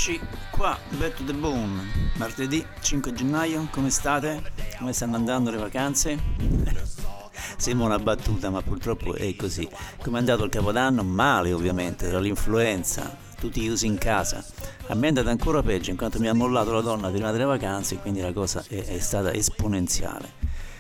Eccoci qua, Back to the Bone, martedì 5 gennaio, come state? Come stanno andando le vacanze? Sembra una battuta, ma purtroppo è così. Come è andato il Capodanno? Male ovviamente, tra l'influenza, tutti chiusi in casa. A me è andato ancora peggio, in quanto mi ha mollato la donna prima delle vacanze, quindi la cosa è stata esponenziale.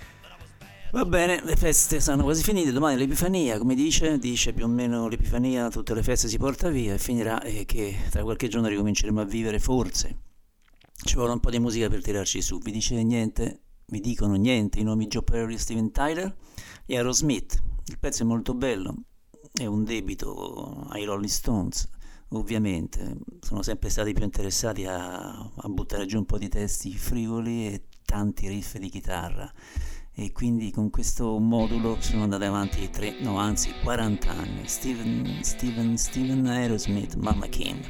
Va bene, le feste sono quasi finite, domani l'Epifania, come dice più o meno l'Epifania, tutte le feste si porta via e finirà che tra qualche giorno ricominceremo a vivere, forse. Ci vuole un po' di musica per tirarci su, vi dicono niente i nomi Joe Perry, Steven Tyler e Aerosmith. Il pezzo è molto bello, è un debito ai Rolling Stones, ovviamente, sono sempre stati più interessati a buttare giù un po' di testi frivoli e tanti riff di chitarra. E quindi con questo modulo sono andati avanti 40 anni. Steven Aerosmith, Mama King.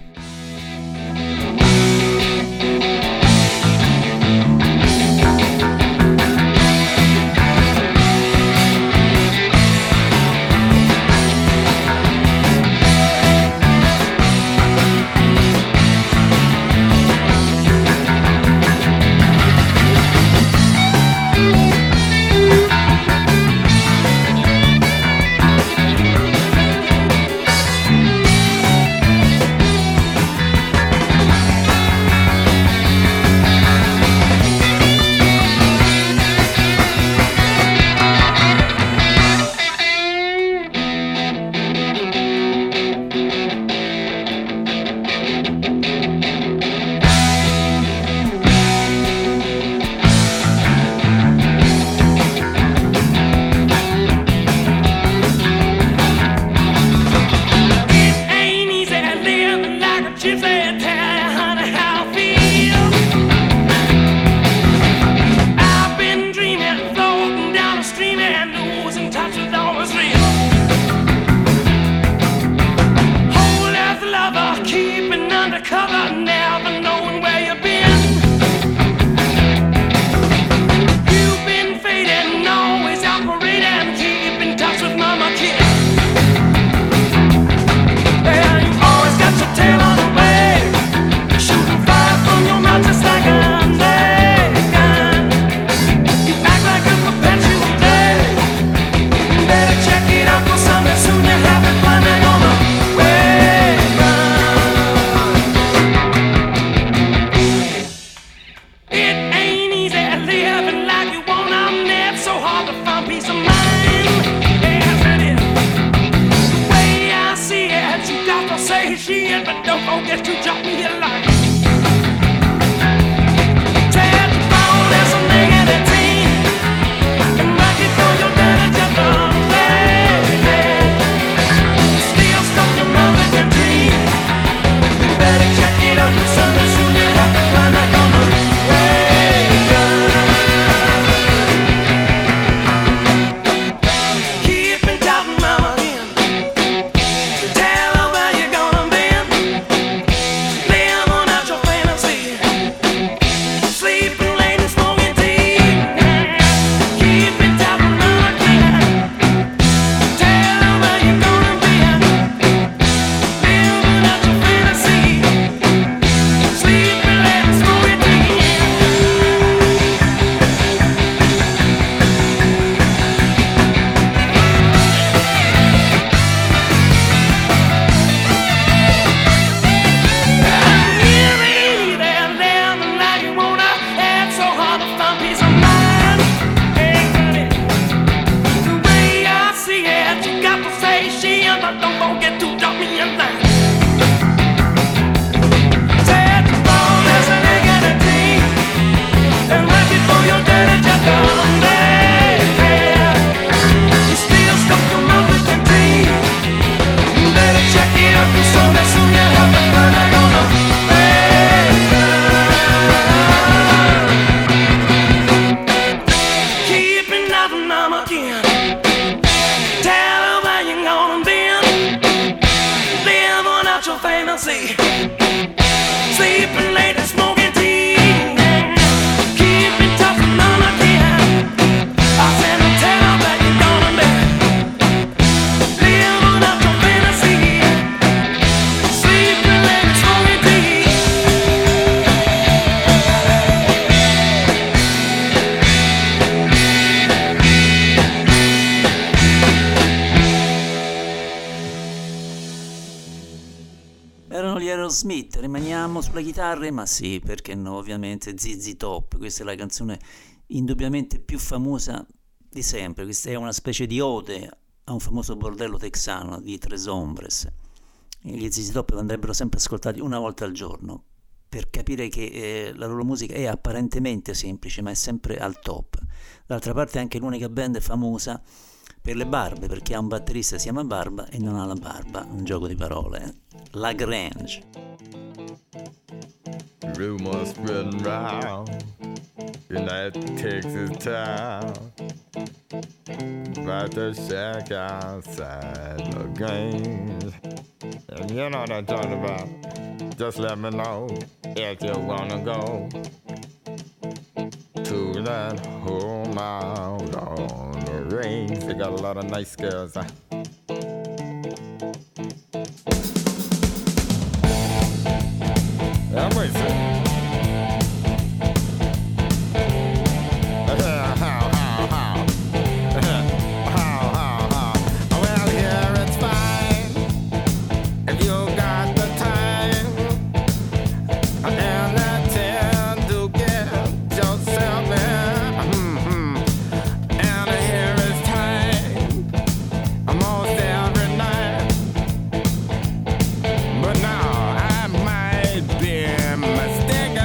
Tell her where you're gonna be. erano gli Aerosmith, rimaniamo sulle chitarre? Ma sì, perché no, ovviamente ZZ Top, questa è la canzone indubbiamente più famosa di sempre, questa è una specie di ode a un famoso bordello texano di Tres Hombres. Gli ZZ Top andrebbero sempre ascoltati una volta al giorno per capire che la loro musica è apparentemente semplice, ma è sempre al top. D'altra parte è anche l'unica band famosa per le barbe, perché ha un batterista che si chiama Barba e non ha la barba, un gioco di parole. La Grange. Rumors spreading round in that Texas town about the shack outside the Grange. And you know what I'm talking about. Just let me know if you wanna go to that home out on the range. They got a lot of nice girls. I'm racing. Well, here it's fine if you got the time and the time to get yourself in. And here it's time almost every night. But now I might be mistaken.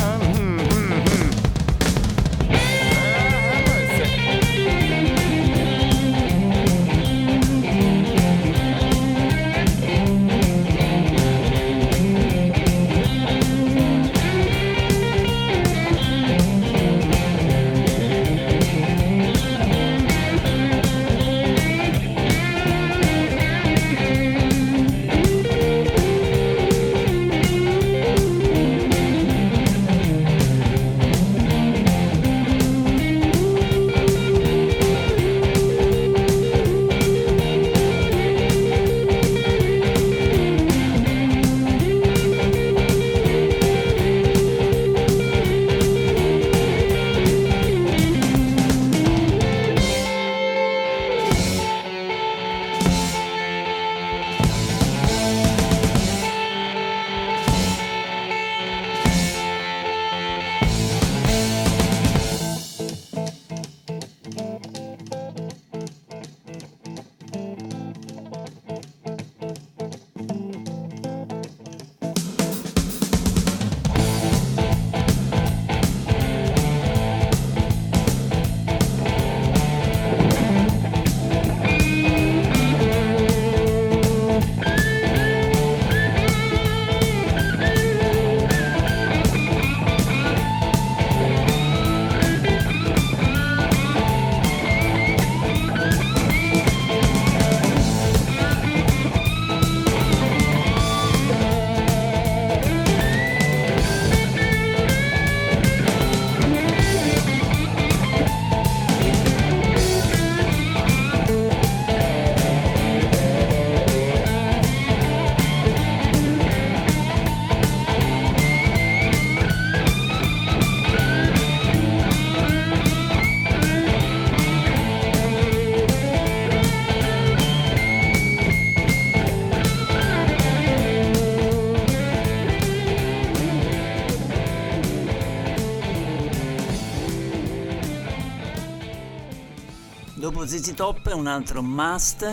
Dopo ZZ Top un altro must,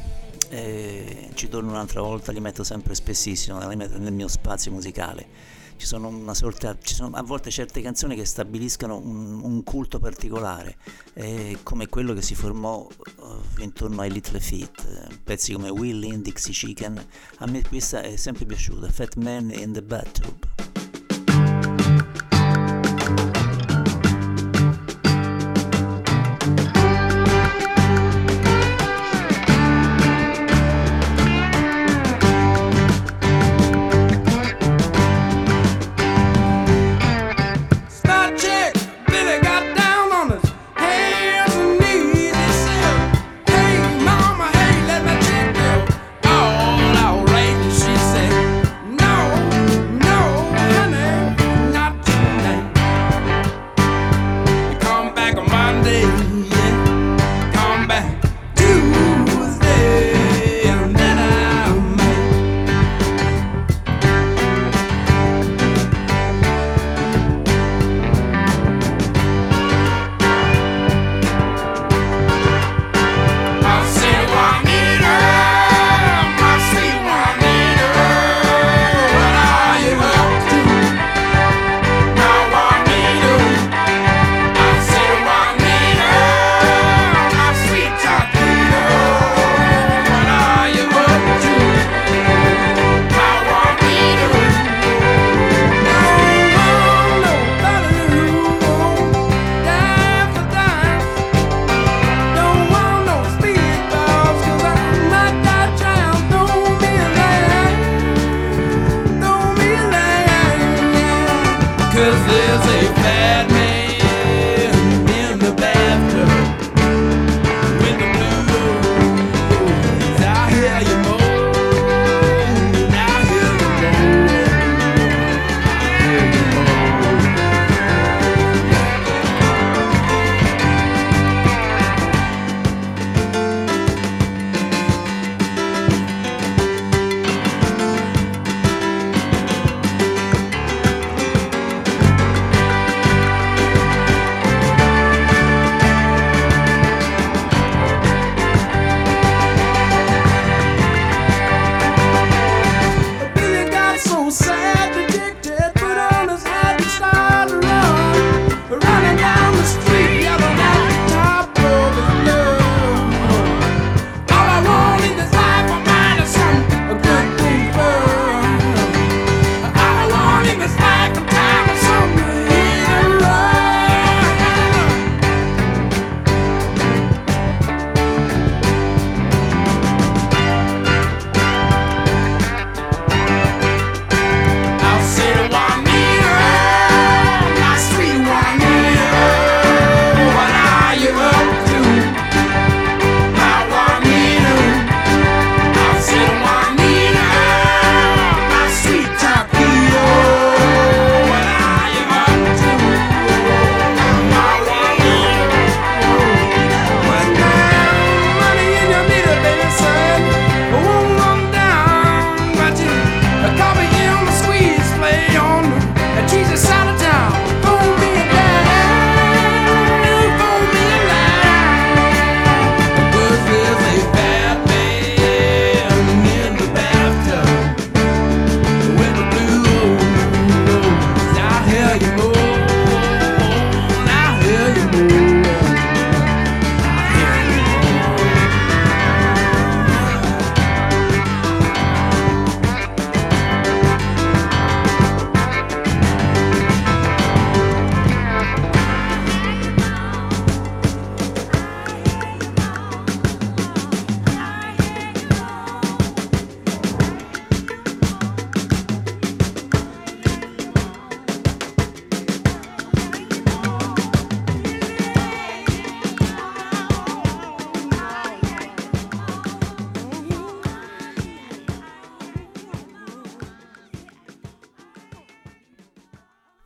ci torno un'altra volta, li metto sempre spessissimo, li metto nel mio spazio musicale. Ci sono a volte certe canzoni che stabiliscono un culto particolare, come quello che si formò intorno ai Little Feat, pezzi come Willie, Dixie Chicken. A me questa è sempre piaciuta, Fat Man in the Bathtub. No,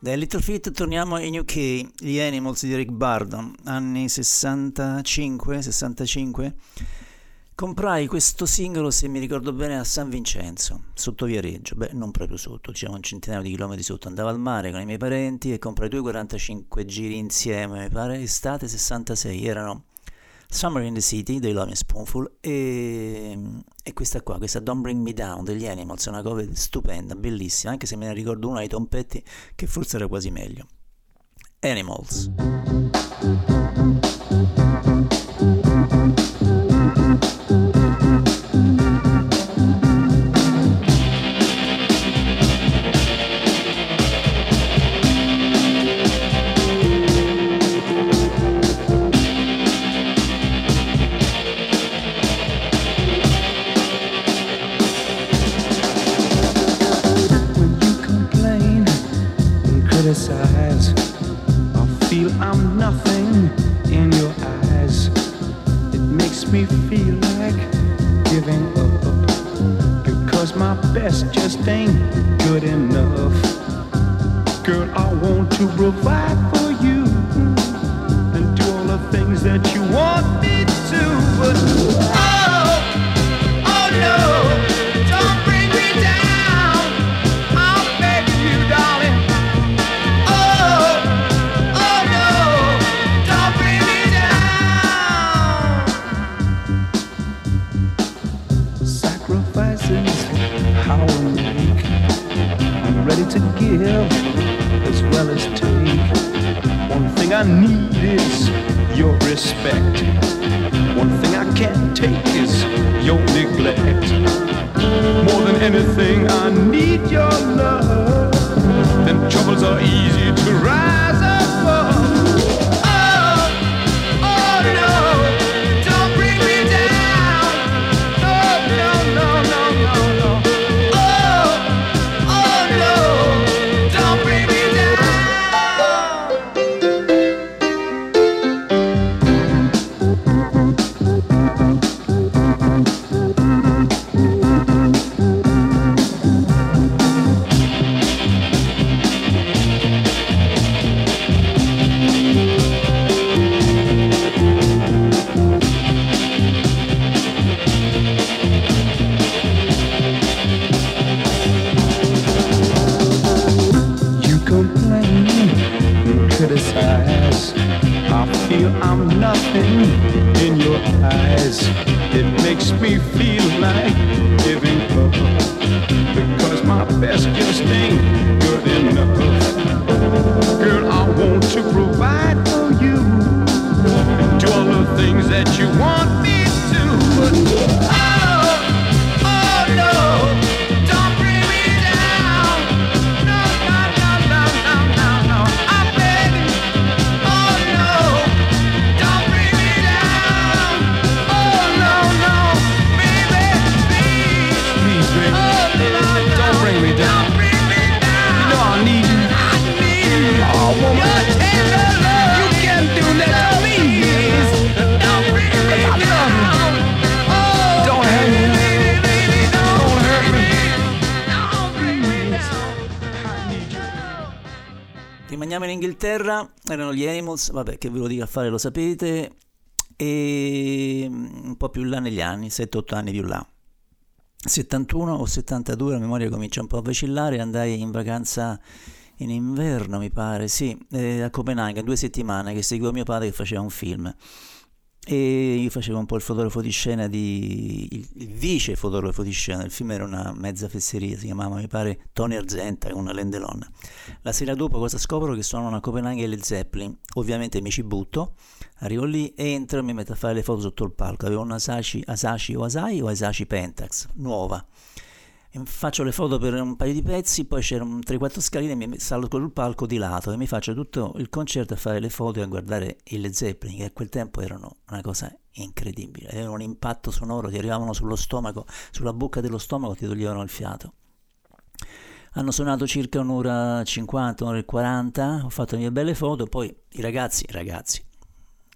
Dai Little Feat torniamo in UK, gli Animals di Rick Burdon, anni 65. Comprai questo singolo, se mi ricordo bene, a San Vincenzo, sotto Viareggio, non proprio sotto, diciamo un centinaio di chilometri sotto. Andavo al mare con i miei parenti e comprai 2,45 giri insieme, mi pare, estate 66, erano Summer in the City dei Loving Spoonful e questa qua, questa Don't Bring Me Down degli Animals, è una cover stupenda, bellissima, anche se me ne ricordo una ai Tompetti che forse era quasi meglio. Animals. Criticize. I feel I'm nothing in your eyes. It makes me feel like giving up, because my best just ain't good enough. Girl, I want to provide for you and do all the things that you want me to, but oh no. To give as well as take. One thing I need is your respect. One thing I can't take is your neglect. More than anything I need your love. Then troubles are easy to rise above. Oh no, don't bring me down. No, no, no, no, no, no. Criticize. I feel I'm nothing in your eyes. It makes me feel like giving up, because my best just ain't good enough. Girl, I want to provide for you and do all the things that you want me to, but oh no. Rimaniamo in Inghilterra, erano gli Animals, vabbè, che ve lo dico a fare lo sapete, e un po' più in là negli anni, 7-8 anni più là, 71 o 72, la memoria comincia un po' a vacillare. Andai in vacanza in inverno, mi pare, sì, a Copenaghen, 2 settimane, che seguivo mio padre che faceva un film. E io facevo un po' il fotografo di scena, il vice fotografo di scena. Il film era una mezza fesseria, si chiamava, mi pare, Tony Arzenta, con una Lendelon. La sera dopo cosa scopro? Che suonano a Copenaghen le Zeppelin. Ovviamente mi ci butto, arrivo lì, entro e mi metto a fare le foto sotto il palco. Avevo una Asahi Pentax nuova. Faccio le foto per un paio di pezzi, poi c'erano 3-4 scaline e mi salgo sul palco di lato e mi faccio tutto il concerto a fare le foto e a guardare i Led Zeppelin, che a quel tempo erano una cosa incredibile, avevano un impatto sonoro, ti arrivavano sullo stomaco, sulla bocca dello stomaco, ti toglievano il fiato. Hanno suonato circa un'ora 50, un'ora e 40, ho fatto le mie belle foto, poi i ragazzi,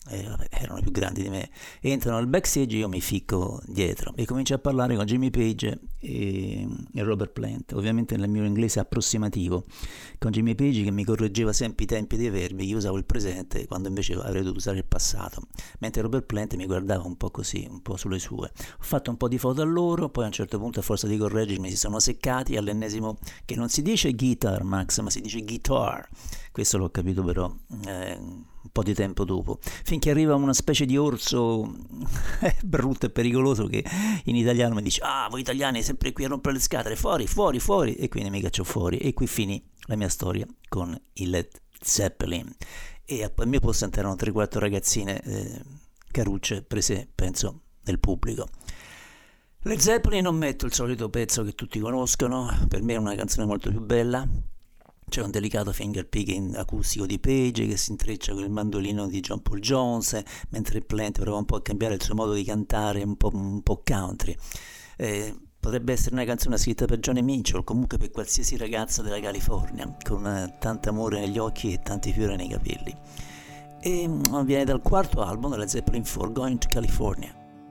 erano più grandi di me, entrano al backstage, io mi ficco dietro e comincio a parlare con Jimmy Page e Robert Plant, ovviamente nel mio inglese approssimativo, con Jimmy Page che mi correggeva sempre i tempi dei verbi, io usavo il presente quando invece avrei dovuto usare il passato, mentre Robert Plant mi guardava un po' così, un po' sulle sue. Ho fatto un po' di foto a loro, poi a un certo punto a forza di correggermi si sono seccati all'ennesimo, che non si dice guitar Max ma si dice guitar, questo l'ho capito però un po' di tempo dopo, finché arriva una specie di orso brutto e pericoloso che in italiano mi dice: ah, voi italiani sempre qui a rompere le scatole, fuori, fuori, fuori, e quindi mi cacciò fuori, e qui finì la mia storia con i Led Zeppelin. E al mio posto erano 3-4 ragazzine carucce prese, penso, nel pubblico. Led Zeppelin non metto il solito pezzo che tutti conoscono, per me è una canzone molto più bella. C'è un delicato finger picking acustico di Page che si intreccia con il mandolino di John Paul Jones, mentre Plant prova un po' a cambiare il suo modo di cantare, un po' country. Potrebbe essere una canzone scritta per Johnny Mitchell, comunque per qualsiasi ragazza della California, con tanto amore negli occhi e tanti fiori nei capelli. E viene dal quarto album della Zeppelin 4, Going to California.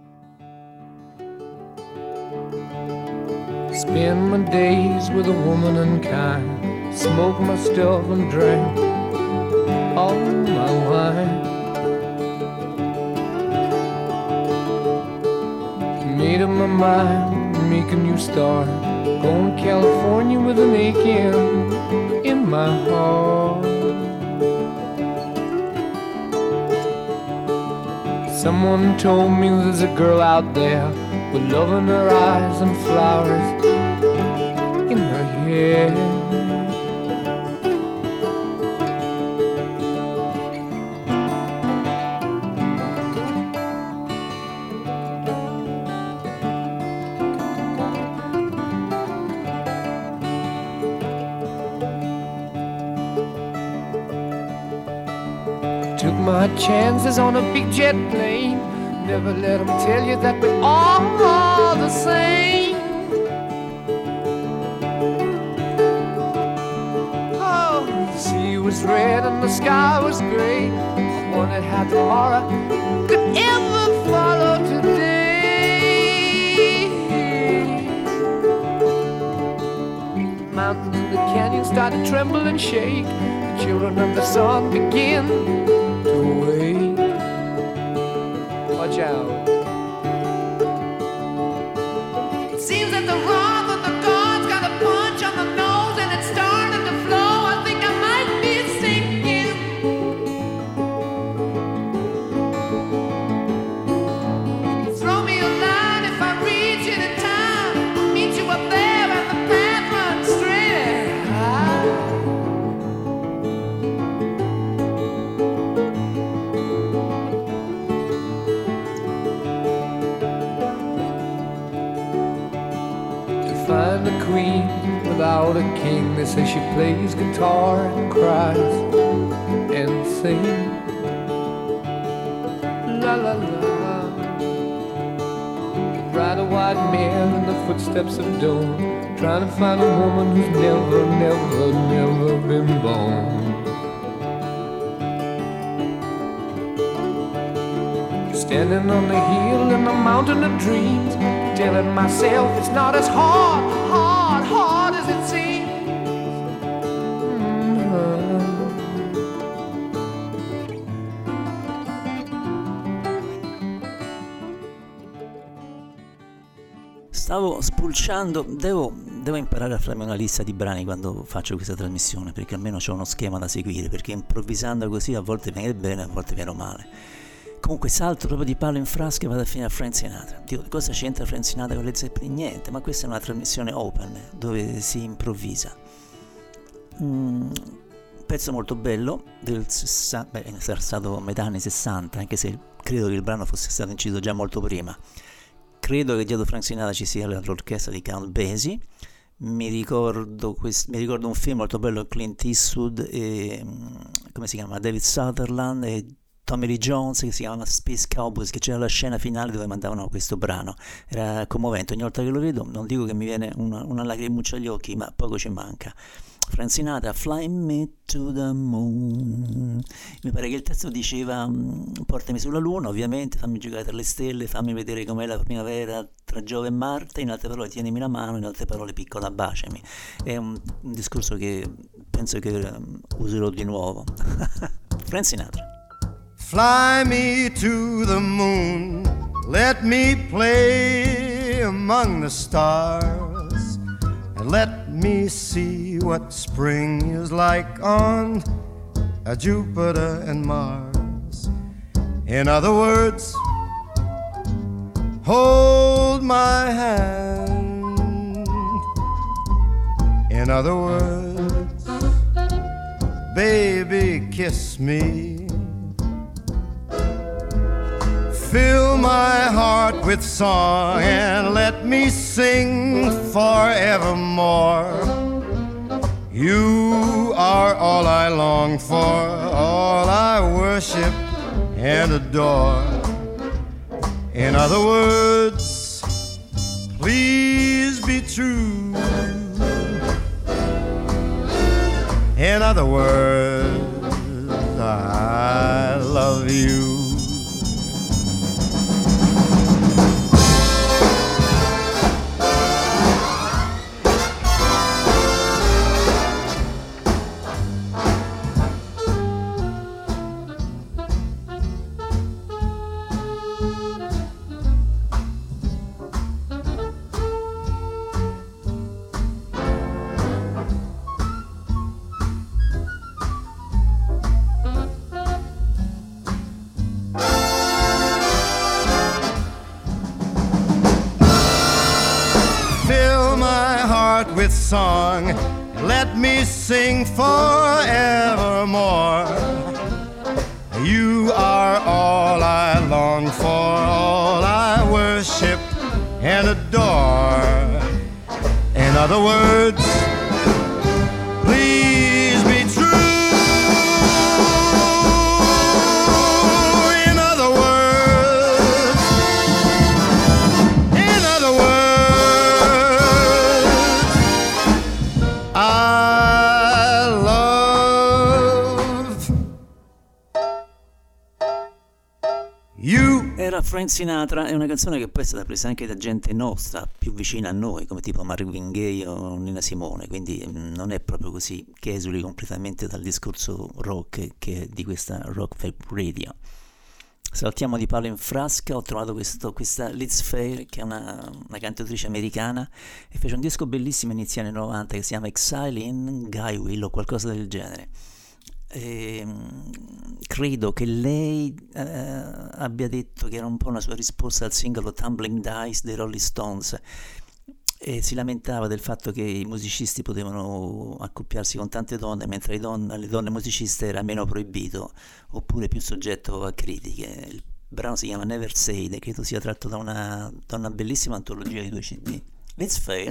Spend my days with a woman unkind, smoke my stuff and drink all my wine. Made up my mind, make a new start, going to California with an aching in my heart. Someone told me there's a girl out there with love in her eyes and flowers in her hair. Took my chances on a big jet plane. Never let them tell you that we're all the same. Oh, the sea was red and the sky was gray. I wondered how tomorrow could ever follow today. Mountains and the canyons started to tremble and shake. The children of the sun begin to wake. Watch out. It seems that the wrath of the gods got a punch on the nose and it's starting to flow. I think I might be sinking. Throw me a line if I reach it in time. Meet you up there and the path runs straight. Find a queen without a king. They say she plays guitar and cries and sings. La la la. Ride a white mare in the footsteps of dawn, trying to find a woman who's never, never, never been born. Standing on the hill in the mountain of dreams, telling myself it's not as hard as it seems. Stavo spulciando, devo imparare a farmi una lista di brani quando faccio questa trasmissione, perché almeno c'ho uno schema da seguire, perché improvvisando così a volte viene bene, a volte viene male. Comunque salto proprio di palo in frasca e vado a finire a Frank Sinatra. Dio, cosa c'entra Frank Sinatra con le Zeppelin? Niente, ma questa è una trasmissione open dove si improvvisa. Un pezzo molto bello sarà stato metà anni 60, anche se credo che il brano fosse stato inciso già molto prima. Credo che dietro Frank Sinatra ci sia l'orchestra di Count Basie. Mi ricordo un film molto bello, Clint Eastwood e come si chiama? David Sutherland e Tommy Lee Jones, che si chiama Space Cowboys, che c'era la scena finale dove mandavano questo brano. Era commovente, ogni volta che lo vedo non dico che mi viene una lacrimuccia agli occhi, ma poco ci manca. Frank Sinatra, Fly Me to the Moon. Mi pare che il testo diceva portami sulla luna, ovviamente, fammi giocare tra le stelle, fammi vedere com'è la primavera tra Giove e Marte, in altre parole tienimi la mano, in altre parole piccola baciami. È un discorso che penso che userò di nuovo. Frank Sinatra. Fly me to the moon, let me play among the stars, and let me see what spring is like on Jupiter and Mars. In other words, hold my hand. In other words, baby, kiss me. Fill my heart with song and let me sing forevermore. You are all I long for, all I worship and adore. In other words, please be true. In other words, I love you. With song, let me sing forevermore. You are all I long for, all I worship and adore. In other words, please be true. In other words, in other words, I love you. Era Frank Sinatra, è una canzone che poi è stata presa anche da gente nostra, più vicina a noi, come tipo Marvin Gaye o Nina Simone, quindi non è proprio così che esuli completamente dal discorso rock che è di questa Rock Web Radio. Saltiamo di palo in frasca, ho trovato questa Liz Phair, che è una cantautrice americana, e fece un disco bellissimo inizio anni 90 che si chiama Exile in Guyville o qualcosa del genere. Credo che lei abbia detto che era un po' una sua risposta al singolo Tumbling Dice dei Rolling Stones, e si lamentava del fatto che i musicisti potevano accoppiarsi con tante donne, mentre le donne musiciste era meno proibito oppure più soggetto a critiche. Il brano si chiama Never Said e credo sia tratto da una bellissima antologia di 2 CD. Liz Phair.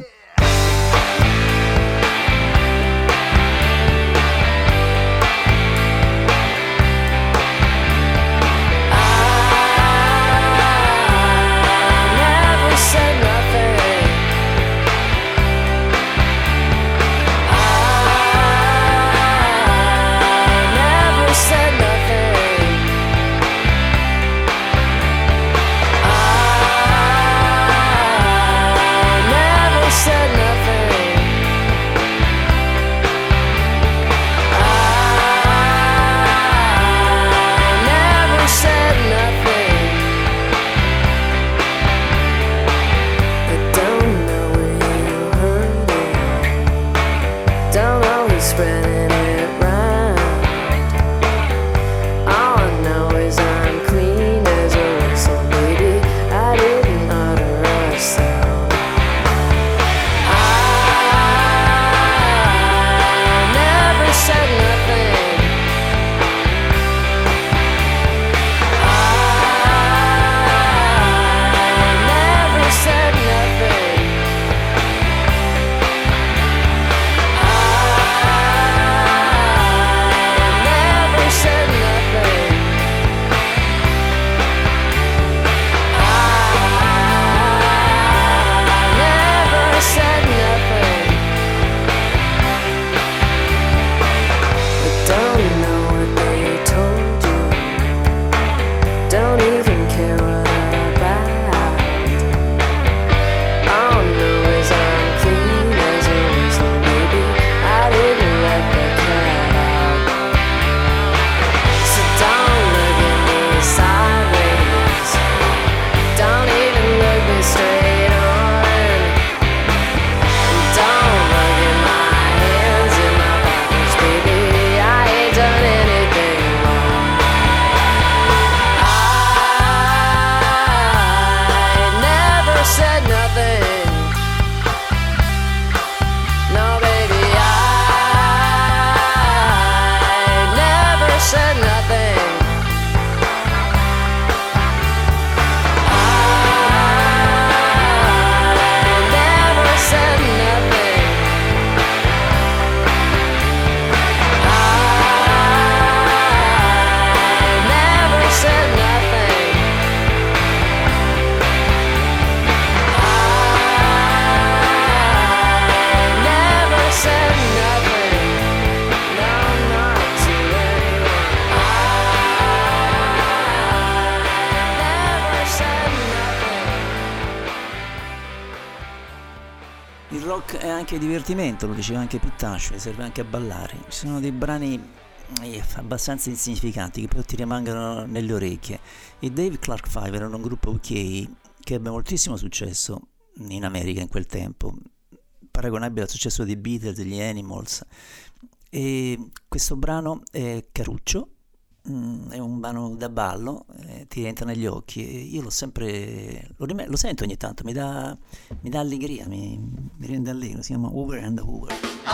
Il rock è anche divertimento, lo diceva anche Pittacio, serve anche a ballare. Ci sono dei brani abbastanza insignificanti che poi ti rimangono nelle orecchie. I Dave Clark Five erano un gruppo UK che ebbe moltissimo successo in America in quel tempo, paragonabile al successo dei Beatles, degli Animals. E questo brano è Caruccio, è un brano da ballo, ti rientra negli occhi, e io l'ho sempre, lo sento ogni tanto, mi dà allegria, mi rende allegro. Si chiama Over and Over.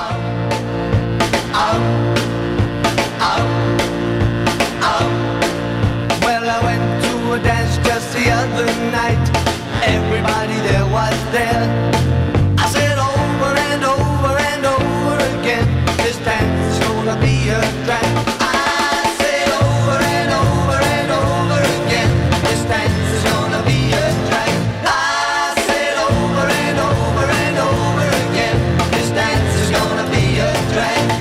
Well, I went to a dance just the other night. Everybody there was there. I said over and over and over again, this dance is gonna be a drag. I said over and over and over again, this dance is gonna be a drag. I said over and over and over again, this dance is gonna be a drag.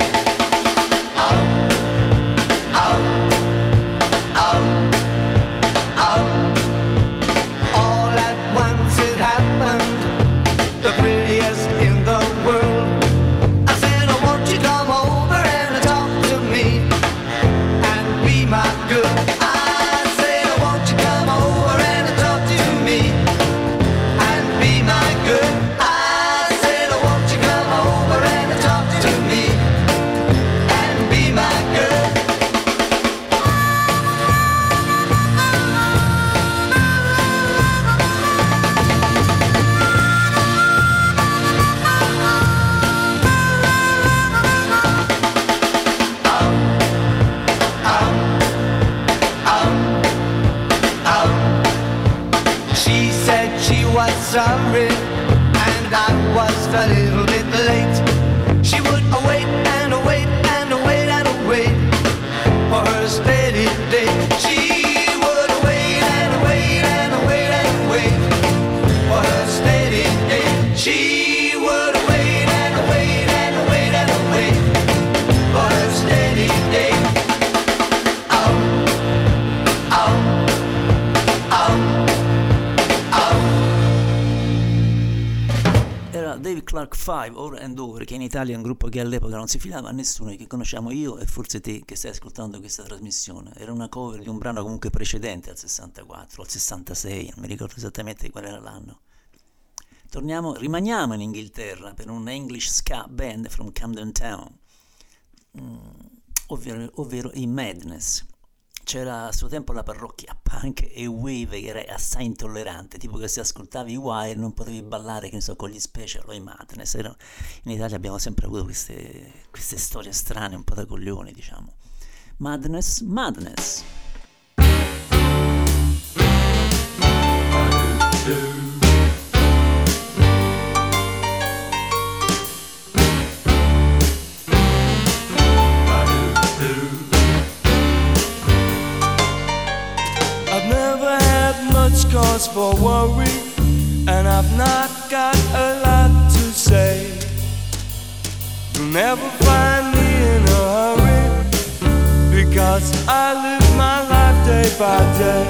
All at once it happened, the prettiest in the world. I said, oh, won't you come over and talk to me and be my girl? I said, oh, won't you come over and talk to me and be my girl? I said, oh, won't you come over and talk to me and be my girl? She said she was sorry and I was a little bit late. She would wait and wait and wait and wait for her steady date. She would wait and wait and wait and wait for her steady date. She would wait and wait and wait and wait for her steady date. Oh, oh, oh. Era Dave Clark Five, Over and Over, che in Italia è un gruppo che all'epoca non si fidava a nessuno, che conosciamo io e forse te che stai ascoltando questa trasmissione. Era una cover di un brano comunque precedente al 64, al 66, non mi ricordo esattamente qual era l'anno. Rimaniamo in Inghilterra per un English ska band from Camden Town, ovvero i Madness. C'era a suo tempo la parrocchia punk e wave che era assai intollerante, tipo che se ascoltavi i Wire non potevi ballare, che ne so, con gli Special o i Madness. In Italia abbiamo sempre avuto queste storie strane, un po' da coglioni, diciamo. Madness. I've never had much cause for worry, and I've not got a lot to say. You'll never find me in a hurry, because I live my life day by day.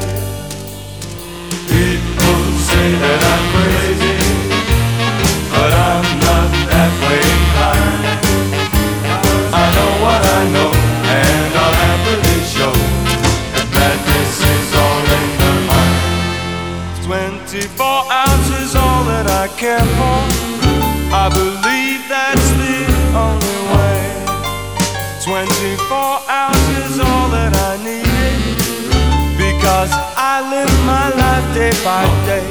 People say that I'm crazy, but I'm not that way inclined. I know what I know, and I'll happily show that this is all in the mind. 24 hours is all that I care for. I believe that's the only way. 24 hours is all that I need, because I live my life day by day.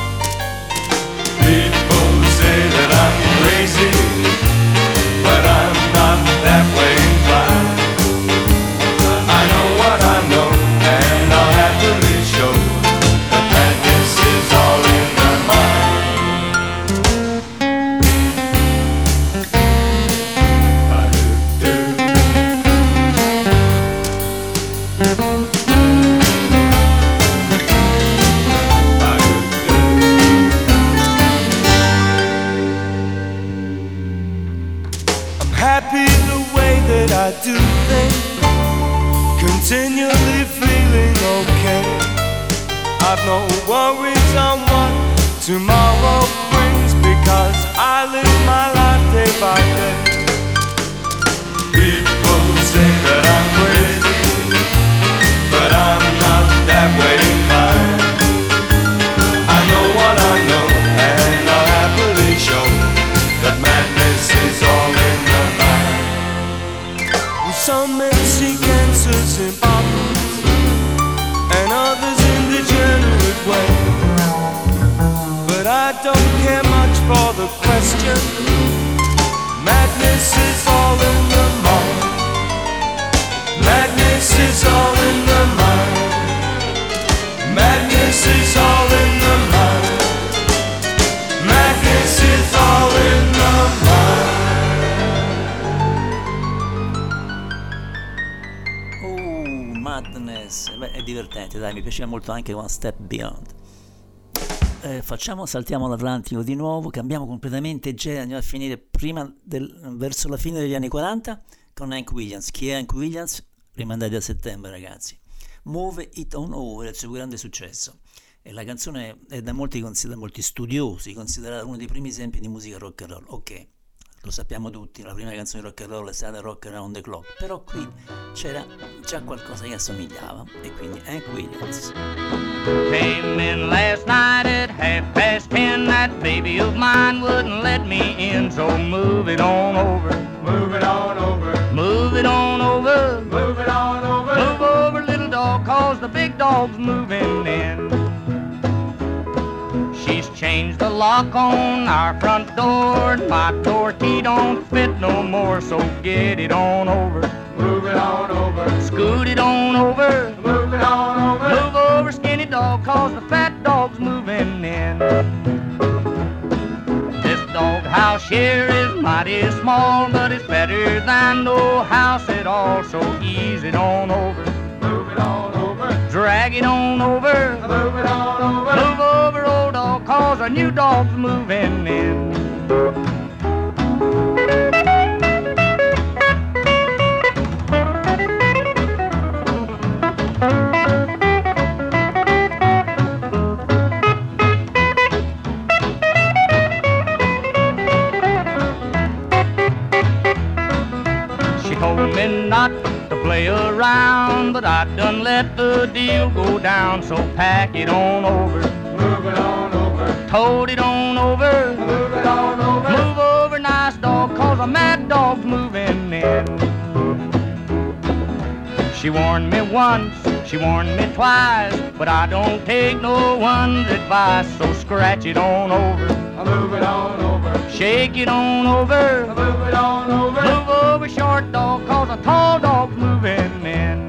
People say that I'm crazy, but I'm not that way inclined. I know what I know, and I'll happily show that this is all in my mind. I'm happy the way that I do things, continually feeling okay. I've no worries on what tomorrow brings, because I live Some men seek answers in bottles, and others in degenerate way. But I don't care much for the question. Madness is all in the mind. Madness is all in the mind. Madness is all in the mind. Madness is all in the mind. Madness, beh, è divertente, dai, mi piaceva molto anche One Step Beyond. Saltiamo l'Atlantico di nuovo, cambiamo completamente genere, andiamo a finire verso la fine degli anni 40 con Hank Williams. Chi è Hank Williams? Rimandati a settembre, ragazzi. Move It On Over è il suo più grande successo e la canzone è da molti studiosi considerata uno dei primi esempi di musica rock and roll. Ok, lo sappiamo tutti, la prima canzone di rock and roll è stata Rock Around the Clock, però qui c'era già qualcosa che assomigliava, e quindi Hank Williams. Came in last night at 10:30. That baby of mine wouldn't let me in, so move it on over. Move it on over. Move it on over. Move it on over. Move over, little dog, 'cause the big dog's moving in. She's changed the lock on our front door. My door key don't fit no more, so get it on over. Move it on over. Scoot it on over. Move it on over. Move over, skinny dog, 'cause the fat dog's moving in. This doghouse here is mighty small, but it's better than no house at all, so ease it on over. Move it on over. Drag it on over. Move it on over. Move over, old dog, 'cause our new dog's moving in. She told me not to play around, but I done let the deal go down, so pack it on over. Move it on over. Told it on over. Move it on over. Move over, nice dog, 'cause a mad dog's moving in. She warned me once, she warned me twice, but I don't take no one's advice, so scratch it on over. Move it on over. Shake it on over. Move it on over. Move over, short dog, 'cause a tall dog's moving in.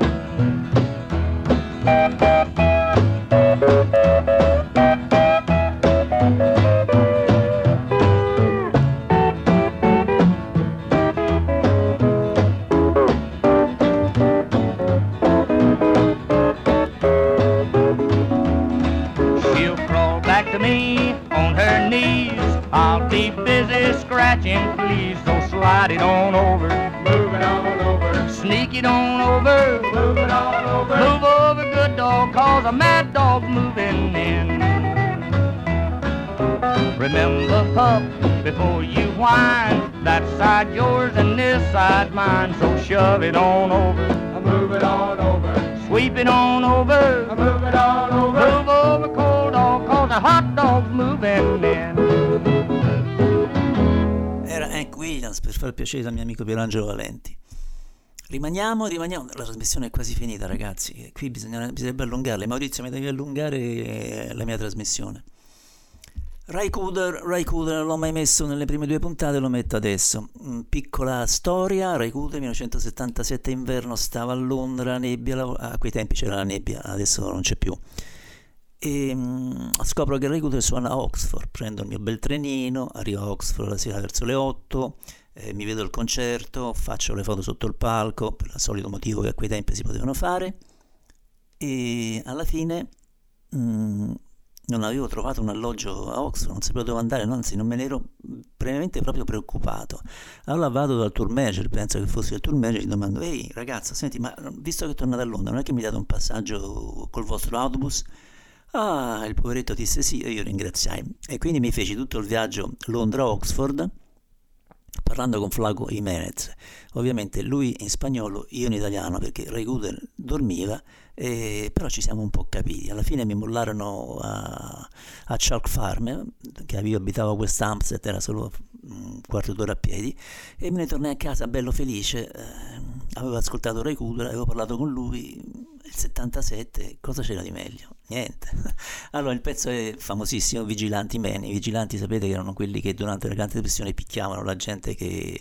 She'll crawl back to me on her knees. I'll be busy scratching, please, so slide it on over. Move it on over. Sneak it on over. Move it on over. Move over, good dog, 'cause a mad dog's moving in. Remember, pup, before you whine, that side yours and this side mine, so shove it on over. Move it on over. Sweep it on over. Move it on over. Move over, cold dog, 'cause a hot dog's moving in. Era Hank Williams, per far piacere al mio amico Pierangelo Valenti. Rimaniamo, la trasmissione è quasi finita, ragazzi, qui bisognerebbe allungarla. Maurizio, mi devi allungare la mia trasmissione. Ray Cooder non l'ho mai messo nelle prime 2 puntate, lo metto adesso. Piccola storia: Ray Cooder 1977 inverno, stava a Londra, nebbia, a quei tempi c'era la nebbia, adesso non c'è più, e scopro che Ray Cooder suona a Oxford. Prendo il mio bel trenino, arrivo a Oxford la sera verso le 8, mi vedo il concerto, faccio le foto sotto il palco per il solito motivo che a quei tempi si potevano fare, e alla fine non avevo trovato un alloggio a Oxford, non sapevo dove andare, anzi non me ne ero previamente proprio preoccupato. Allora vado dal tour manager, penso che fosse il tour manager, gli domando: ehi ragazza, senti, ma visto che tornate a Londra, non è che mi date un passaggio col vostro autobus? Ah, il poveretto disse sì, e io ringraziai, e quindi mi feci tutto il viaggio Londra-Oxford parlando con Flaco Jimenez, ovviamente lui in spagnolo, io in italiano, perché Ray Cooder dormiva, però ci siamo un po' capiti. Alla fine mi mollarono a Chalk Farm, che io abitavo a West Hampstead, era solo un quarto d'ora a piedi, e me ne tornai a casa bello felice, avevo ascoltato Ray Cooder, avevo parlato con lui il 77, cosa c'era di meglio? Niente. Allora il pezzo è famosissimo, Vigilanti Men. I vigilanti sapete che erano quelli che durante la Grande Depressione picchiavano la gente che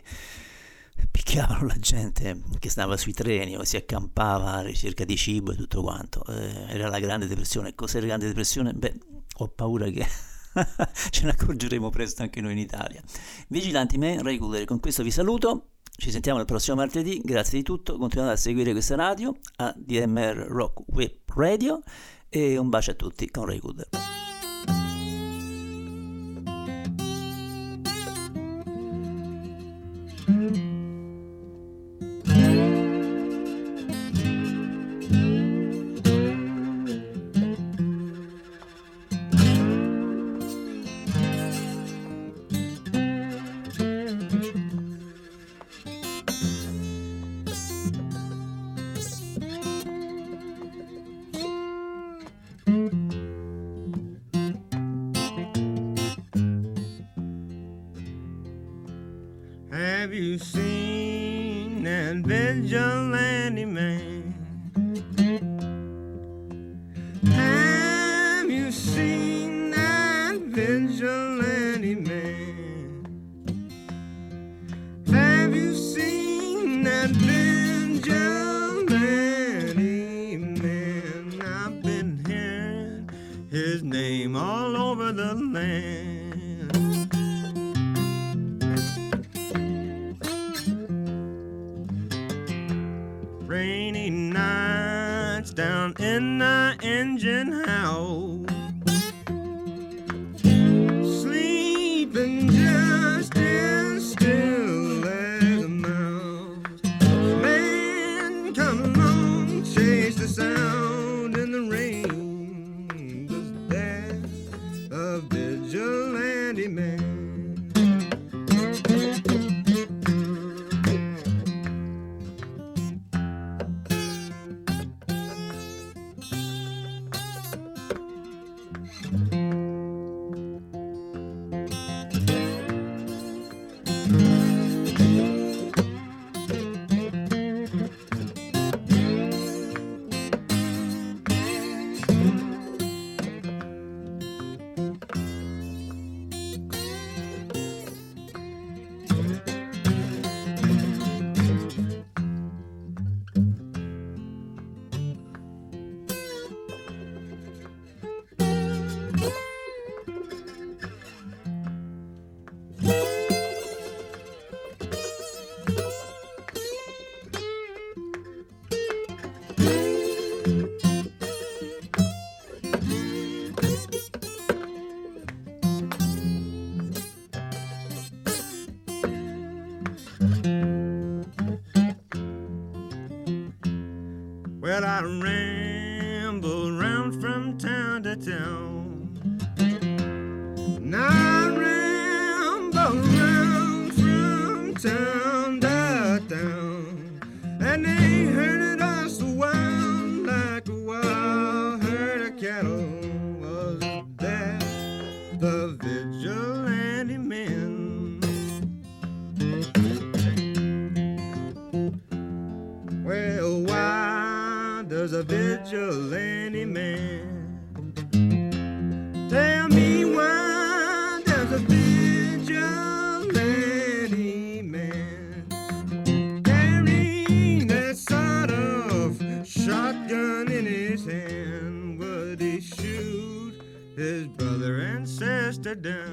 stava sui treni o si accampava alla ricerca di cibo e tutto quanto. Era la Grande Depressione. Cos'è la Grande Depressione? Beh, ho paura che ce ne accorgeremo presto anche noi in Italia. Vigilanti Men, Ray Cooder. Con questo vi saluto, ci sentiamo il prossimo martedì, grazie di tutto, continuate a seguire questa radio, a DMR Rock Web Radio, e un bacio a tutti con Ray Cooder. Have you seen that vigilante man? Have you seen that vigilante man? Have you seen that vigilante man? I've been hearing his name all over the land. Rainy nights down in the engine house, sleeping just as still as a mouse. Man, come along, chase the sound in the rain. Was that a vigilante man? Well, I ramble round from town to town. And I ramble round from town to town. And they herded us wild like a wild herd of cattle. Was that the vigilante men? Well, why does a vigilante man? Tell me, why does a vigilante man carry that sort of shotgun in his hand? Would he shoot his brother and sister down?